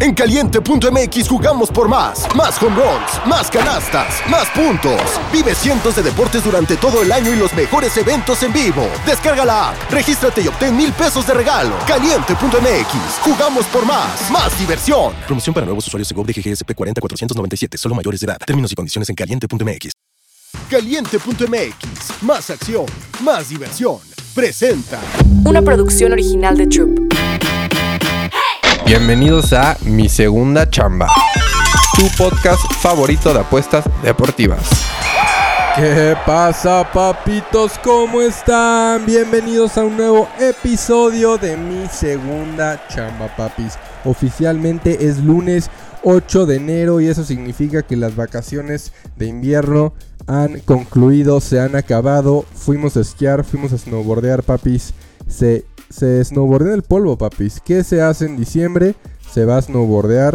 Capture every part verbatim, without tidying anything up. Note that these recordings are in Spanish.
En Caliente punto M X jugamos por más. Más home runs, más canastas, más puntos. Vive cientos de deportes durante todo el año y los mejores eventos en vivo. Descarga la app, regístrate y obtén mil pesos de regalo. Caliente punto M X, jugamos por más. Más diversión. Promoción para nuevos usuarios de G O V de G G S P cuarenta cuatrocientos noventa y siete, solo mayores de edad. Términos y condiciones en Caliente punto M X. Caliente punto M X, más acción, más diversión. Presenta una producción original de Troop. Bienvenidos a Mi Segunda Chamba, tu podcast favorito de apuestas deportivas. ¿Qué pasa, papitos? ¿Cómo están? Bienvenidos a un nuevo episodio de Mi Segunda Chamba, papis. Oficialmente es lunes ocho de enero y eso significa que las vacaciones de invierno han concluido, se han acabado. Fuimos a esquiar, fuimos a snowboardear, papis. Se, se snowboardea en el polvo, papis. ¿Qué se hace en diciembre? Se va a snowboardear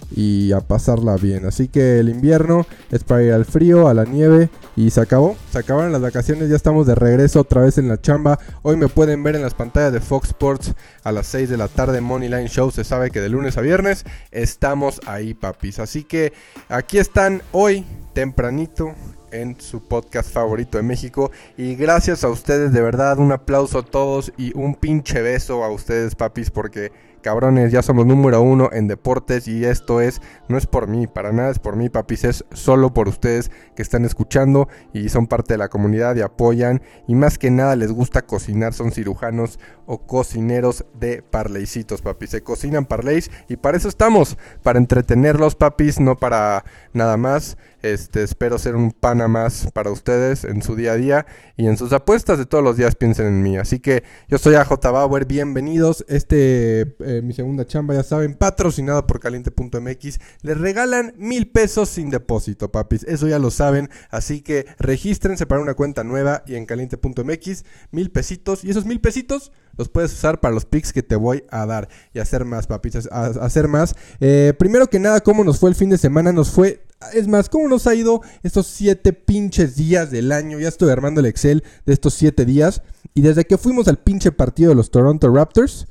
y a pasarla bien. Así que el invierno es para ir al frío, a la nieve. Y se acabó, se acabaron las vacaciones. Ya estamos de regreso otra vez en la chamba. Hoy me pueden ver en las pantallas de Fox Sports a las seis de la tarde, Moneyline Show. Se sabe que de lunes a viernes estamos ahí, papis. Así que aquí están hoy, tempranito, en su podcast favorito de México. Y gracias a ustedes, de verdad, un aplauso a todos y un pinche beso a ustedes, papis, porque cabrones, ya somos número uno en deportes. Y esto es, no es por mí, para nada es por mí, papis, es solo por ustedes que están escuchando y son parte de la comunidad y apoyan. Y más que nada les gusta cocinar, son cirujanos o cocineros de parleycitos, papis. Se cocinan parleys y para eso estamos, para entretenerlos, papis, no para nada más. Este, espero ser un pana más para ustedes en su día a día y en sus apuestas de todos los días. Piensen en mí. Así que yo soy A J Bauer, bienvenidos. Este, eh, mi segunda chamba, ya saben, patrocinado por Caliente punto M X. Les regalan mil pesos sin depósito, papis. Eso ya lo saben. Así que regístrense para una cuenta nueva y en Caliente punto M X, mil pesitos. Y esos mil pesitos los puedes usar para los picks que te voy a dar y hacer más, papis, a, a hacer más. Eh, primero que nada, ¿cómo nos fue el fin de semana? Nos fue... Es más, ¿cómo nos ha ido estos siete pinches días del año? Ya estoy armando el Excel de estos siete días. Y desde que fuimos al pinche partido de los Toronto Raptors,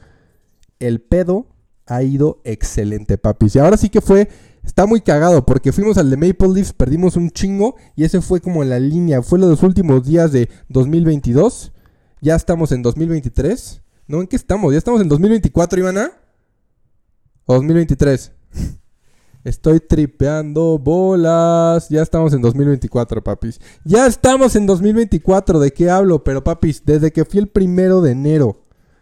el pedo ha ido excelente, papis. Y ahora sí que fue... Está muy cagado porque fuimos al de Maple Leafs, perdimos un chingo. Y ese fue como la línea. Fue los últimos días de dos mil veintidós. Ya estamos en dos mil veintitrés. ¿No? ¿En qué estamos? ¿Ya estamos en dos mil veinticuatro, Ivana? ¿O dos mil veintitrés? Estoy tripeando bolas. Ya estamos en dos mil veinticuatro, papis. Ya estamos en dos mil veinticuatro. ¿De qué hablo? Pero, papis, desde que fui el primero de enero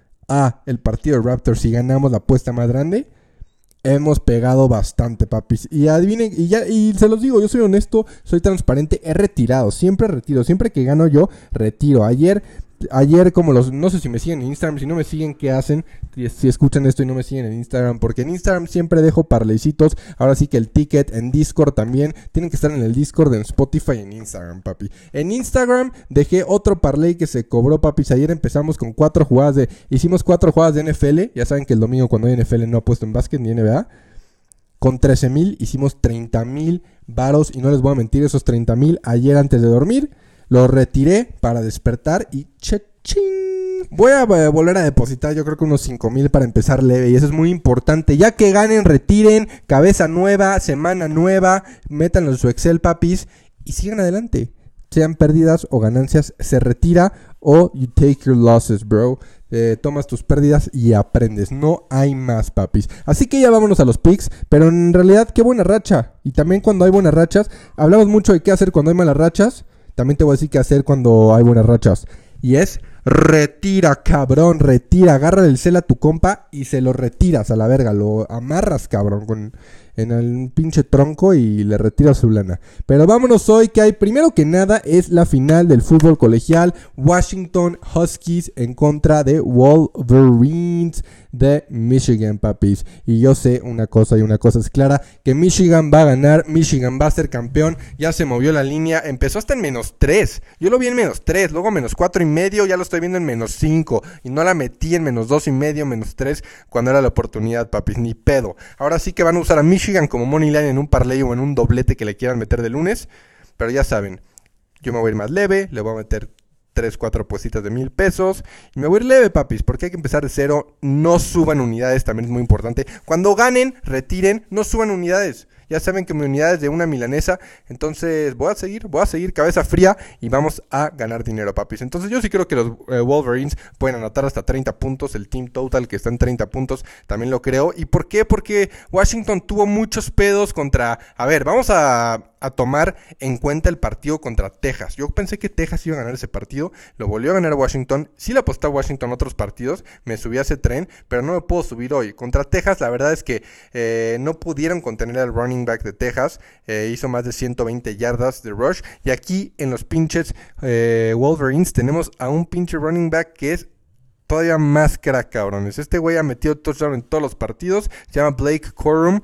a el partido de Raptors y ganamos la apuesta más grande, hemos pegado bastante, papis. Y adivinen, y ya, y se los digo, yo soy honesto, soy transparente, he retirado, siempre retiro, siempre que gano yo, retiro. Ayer, ayer como los, no sé si me siguen en Instagram, si no me siguen, ¿qué hacen? Si, si escuchan esto y no me siguen en Instagram, porque en Instagram siempre dejo parleycitos. Ahora sí que el ticket, en Discord también, tienen que estar en el Discord, en Spotify y en Instagram, papi. En Instagram dejé otro parlay que se cobró, papis. Ayer empezamos con cuatro jugadas de, hicimos cuatro jugadas de N F L, ya saben que el domingo cuando hay N F L no apuesto en básquet ni N B A. Con trece mil hicimos treinta mil varos y no les voy a mentir, esos treinta mil ayer antes de dormir los retiré para despertar y chachín. Voy a eh, volver a depositar yo creo que unos cinco mil para empezar leve y eso es muy importante. Ya que ganen, retiren, cabeza nueva, semana nueva, métanlo en su Excel, papis, y sigan adelante. Sean pérdidas o ganancias, se retira o you take your losses, bro. Eh, tomas tus pérdidas y aprendes. No hay más, papis. Así que ya vámonos a los picks. Pero en realidad, qué buena racha. Y también cuando hay buenas rachas, hablamos mucho de qué hacer cuando hay malas rachas. También te voy a decir qué hacer cuando hay buenas rachas. Y es retira, cabrón, retira. Agarra el cel a tu compa y se lo retiras a la verga. Lo amarras, cabrón, con, en el pinche tronco y le retiras su lana. Pero vámonos hoy que hay, primero que nada, es la final del fútbol colegial. Washington Huskies en contra de Wolverines de Michigan, papis. Y yo sé una cosa y una cosa es clara, que Michigan va a ganar, Michigan va a ser campeón. Ya se movió la línea, empezó hasta en menos tres. Yo lo vi en menos tres, luego menos cuatro y medio, ya lo estoy viendo en menos cinco. Y no la metí en menos dos y medio, menos tres, cuando era la oportunidad, papis, ni pedo. Ahora sí que van a usar a Michigan como money line en un parlay o en un doblete que le quieran meter de lunes. Pero ya saben, yo me voy a ir más leve, le voy a meter tres, cuatro puestitas de mil pesos. Y me voy a ir leve, papis, porque hay que empezar de cero. No suban unidades, también es muy importante. Cuando ganen, retiren, no suban unidades. Ya saben que mi unidad es de una milanesa. Entonces voy a seguir, voy a seguir cabeza fría y vamos a ganar dinero, papis. Entonces yo sí creo que los eh, Wolverines pueden anotar hasta treinta puntos. El team total que está en treinta puntos también lo creo. ¿Y por qué? Porque Washington tuvo muchos pedos contra... A ver, vamos a... a tomar en cuenta el partido contra Texas. Yo pensé que Texas iba a ganar ese partido, lo volvió a ganar Washington. Sí le aposté a Washington en otros partidos, me subí a ese tren, pero no me puedo subir hoy. Contra Texas, la verdad es que eh, no pudieron contener al running back de Texas, eh, hizo más de ciento veinte yardas de rush. Y aquí en los pinches eh, Wolverines tenemos a un pinche running back que es todavía más crack, cabrones. Este güey ha metido touchdown en todos los partidos. Se llama Blake Corum.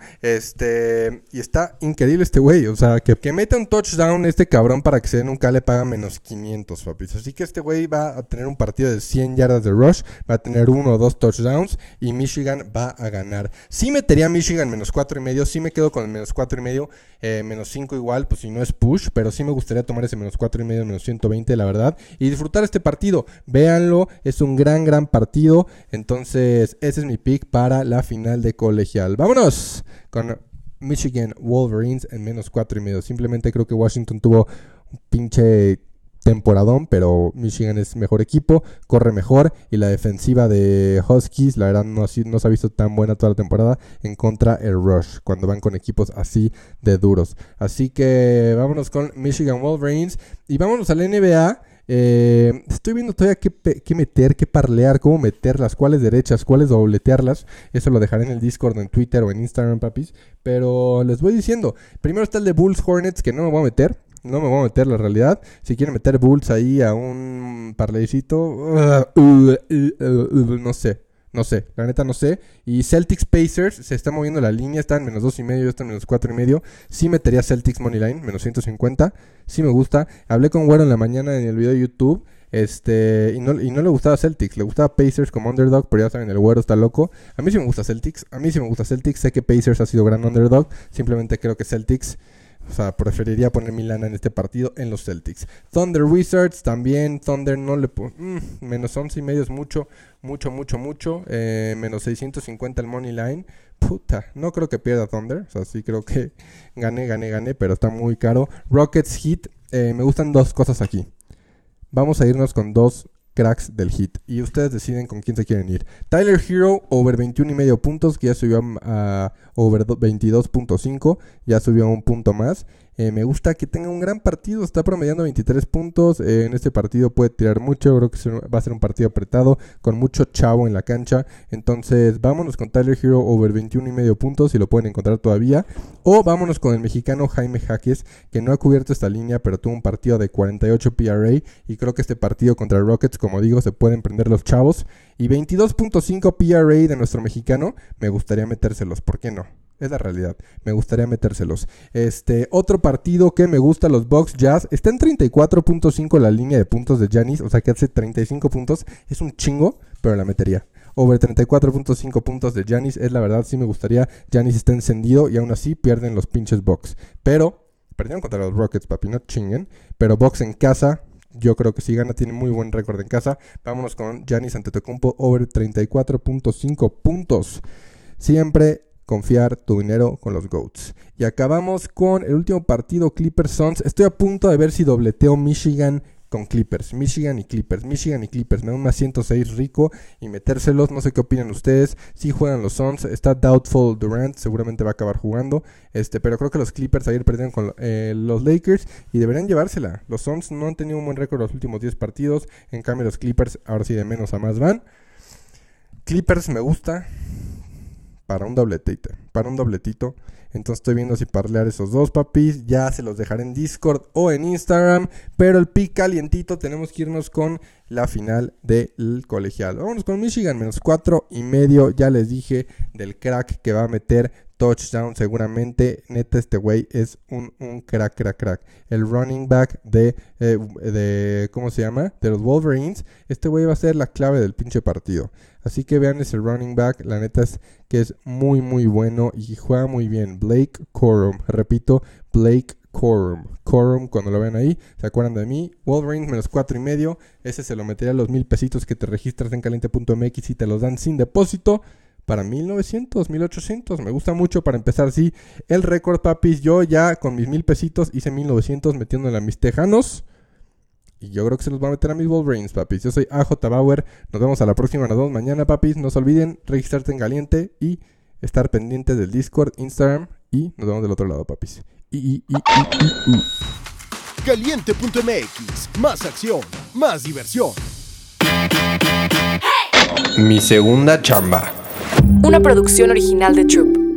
Este. Y está increíble este güey. O sea, que, que meta un touchdown este cabrón para que se den un K le paga menos quinientos, papis. Así que este güey va a tener un partido de cien yardas de rush. Va a tener uno o dos touchdowns. Y Michigan va a ganar. Sí metería a Michigan menos cuatro y medio. Sí me quedo con el menos cuatro y medio. Eh, menos cinco igual, pues si no es push. Pero sí me gustaría tomar ese menos cuatro y medio, menos ciento veinte, la verdad. Y disfrutar este partido. Véanlo. Es un gran, gran partido. Entonces ese es mi pick para la final de colegial. Vámonos con Michigan Wolverines en menos cuatro y medio. Simplemente creo que Washington tuvo un pinche temporadón, pero Michigan es mejor equipo, corre mejor y la defensiva de Huskies la verdad no, no se ha visto tan buena toda la temporada en contra el rush cuando van con equipos así de duros. Así que vámonos con Michigan Wolverines y vámonos a la N B A. Eh, estoy viendo todavía qué, qué meter, qué parlear, cómo meterlas, cuáles derechas, cuáles dobletearlas. Eso lo dejaré en el Discord, en Twitter o en Instagram, papis. Pero les voy diciendo, primero está el de Bulls Hornets, que no me voy a meter. No me voy a meter la realidad. Si quieren meter Bulls ahí a un parleycito, uh, uh, uh, uh, uh, no sé. No sé, la neta no sé. Y Celtics Pacers, se está moviendo la línea. Está en menos dos y medio, está en menos cuatro y medio. Sí metería Celtics Moneyline, menos ciento cincuenta. Sí me gusta. Hablé con Güero en la mañana en el video de YouTube. Este, y no, y no le gustaba Celtics, le gustaba Pacers como underdog, pero ya saben, el Güero está loco. A mí sí me gusta Celtics, a mí sí me gusta Celtics. Sé que Pacers ha sido gran underdog. Simplemente creo que Celtics... O sea, preferiría poner mi lana en este partido en los Celtics. Thunder Wizards también. Thunder no le... Mm, menos once y medio es mucho, mucho, mucho, mucho. Eh, menos seiscientos cincuenta el money line. Puta, no creo que pierda Thunder. O sea, sí creo que gané, gané, gané, pero está muy caro. Rockets Heat. Eh, me gustan dos cosas aquí. Vamos a irnos con dos cracks del Heat. Y ustedes deciden con quién se quieren ir. Tyler Hero, over veintiuno y medio puntos, que ya subió a, a over veintidós punto cinco. Ya subió un punto más. Eh, me gusta que tenga un gran partido. Está promediando veintitrés puntos. Eh, en este partido puede tirar mucho. Creo que va a ser un partido apretado. Con mucho chavo en la cancha. Entonces vámonos con Tyler Hero over veintiuno y medio puntos. Si lo pueden encontrar todavía. O vámonos con el mexicano Jaime Jaques. Que no ha cubierto esta línea. Pero tuvo un partido de cuarenta y ocho P R A. Y creo que este partido contra Rockets, como digo, se pueden prender los chavos. Y veintidós punto cinco P R A de nuestro mexicano. Me gustaría metérselos. ¿Por qué no? Es la realidad. Me gustaría metérselos. Este, otro partido que me gusta, los Bucks Jazz. Está en treinta y cuatro punto cinco la línea de puntos de Giannis. O sea que hace treinta y cinco puntos. Es un chingo, pero la metería. Over treinta y cuatro punto cinco puntos de Giannis. Es la verdad, sí me gustaría. Giannis está encendido y aún así pierden los pinches Bucks. Pero, perdieron contra los Rockets, papi, no chinguen. Pero Bucks en casa, yo creo que sí gana, tiene muy buen récord en casa. Vámonos con Giannis Antetokounmpo, over treinta y cuatro punto cinco puntos. Siempre confiar tu dinero con los GOATs. Y acabamos con el último partido, Clippers Suns. Estoy a punto de ver si dobleteo Michigan con Clippers. Michigan y Clippers. Michigan y Clippers. Me da un más ciento seis rico y metérselos. No sé qué opinan ustedes. Si juegan los Suns. Está doubtful Durant. Seguramente va a acabar jugando. Este, pero creo que los Clippers ayer perdieron con eh, los Lakers y deberían llevársela. Los Suns no han tenido un buen récord los últimos diez partidos. En cambio los Clippers ahora sí de menos a más van. Clippers me gusta para un dobletito, para un dobletito. Entonces estoy viendo si parlear esos dos, papis. Ya se los dejaré en Discord o en Instagram. Pero el pick calientito, tenemos que irnos con la final del colegial. Vámonos con Michigan, menos cuatro y medio. Ya les dije del crack que va a meter touchdown seguramente. Neta, este güey es un, un crack, crack, crack. El running back de, eh, de, ¿cómo se llama? De los Wolverines. Este güey va a ser la clave del pinche partido. Así que vean ese running back. La neta es que es muy, muy bueno y juega muy bien. Blake Corum. Repito, Blake Quorum. Quorum, cuando lo ven ahí, ¿se acuerdan de mí? Wolverines menos cuatro y medio. Ese se lo metería a los mil pesitos que te registras en caliente punto m x y te los dan sin depósito. Para mil novecientos, mil ochocientos. Me gusta mucho para empezar así el récord, papis. Yo ya con mis mil pesitos hice mil novecientos metiéndole a mis tejanos. Y yo creo que se los va a meter a mis Wolverines, papis. Yo soy A J Bauer. Nos vemos a la próxima. Nos vemos mañana, papis. No se olviden registrarte en caliente y estar pendientes del Discord, Instagram. Y nos vemos del otro lado, papis. Y, y, y, y, y, y. caliente punto m x. Más acción, más diversión. Mi segunda chamba. Una producción original de Troop.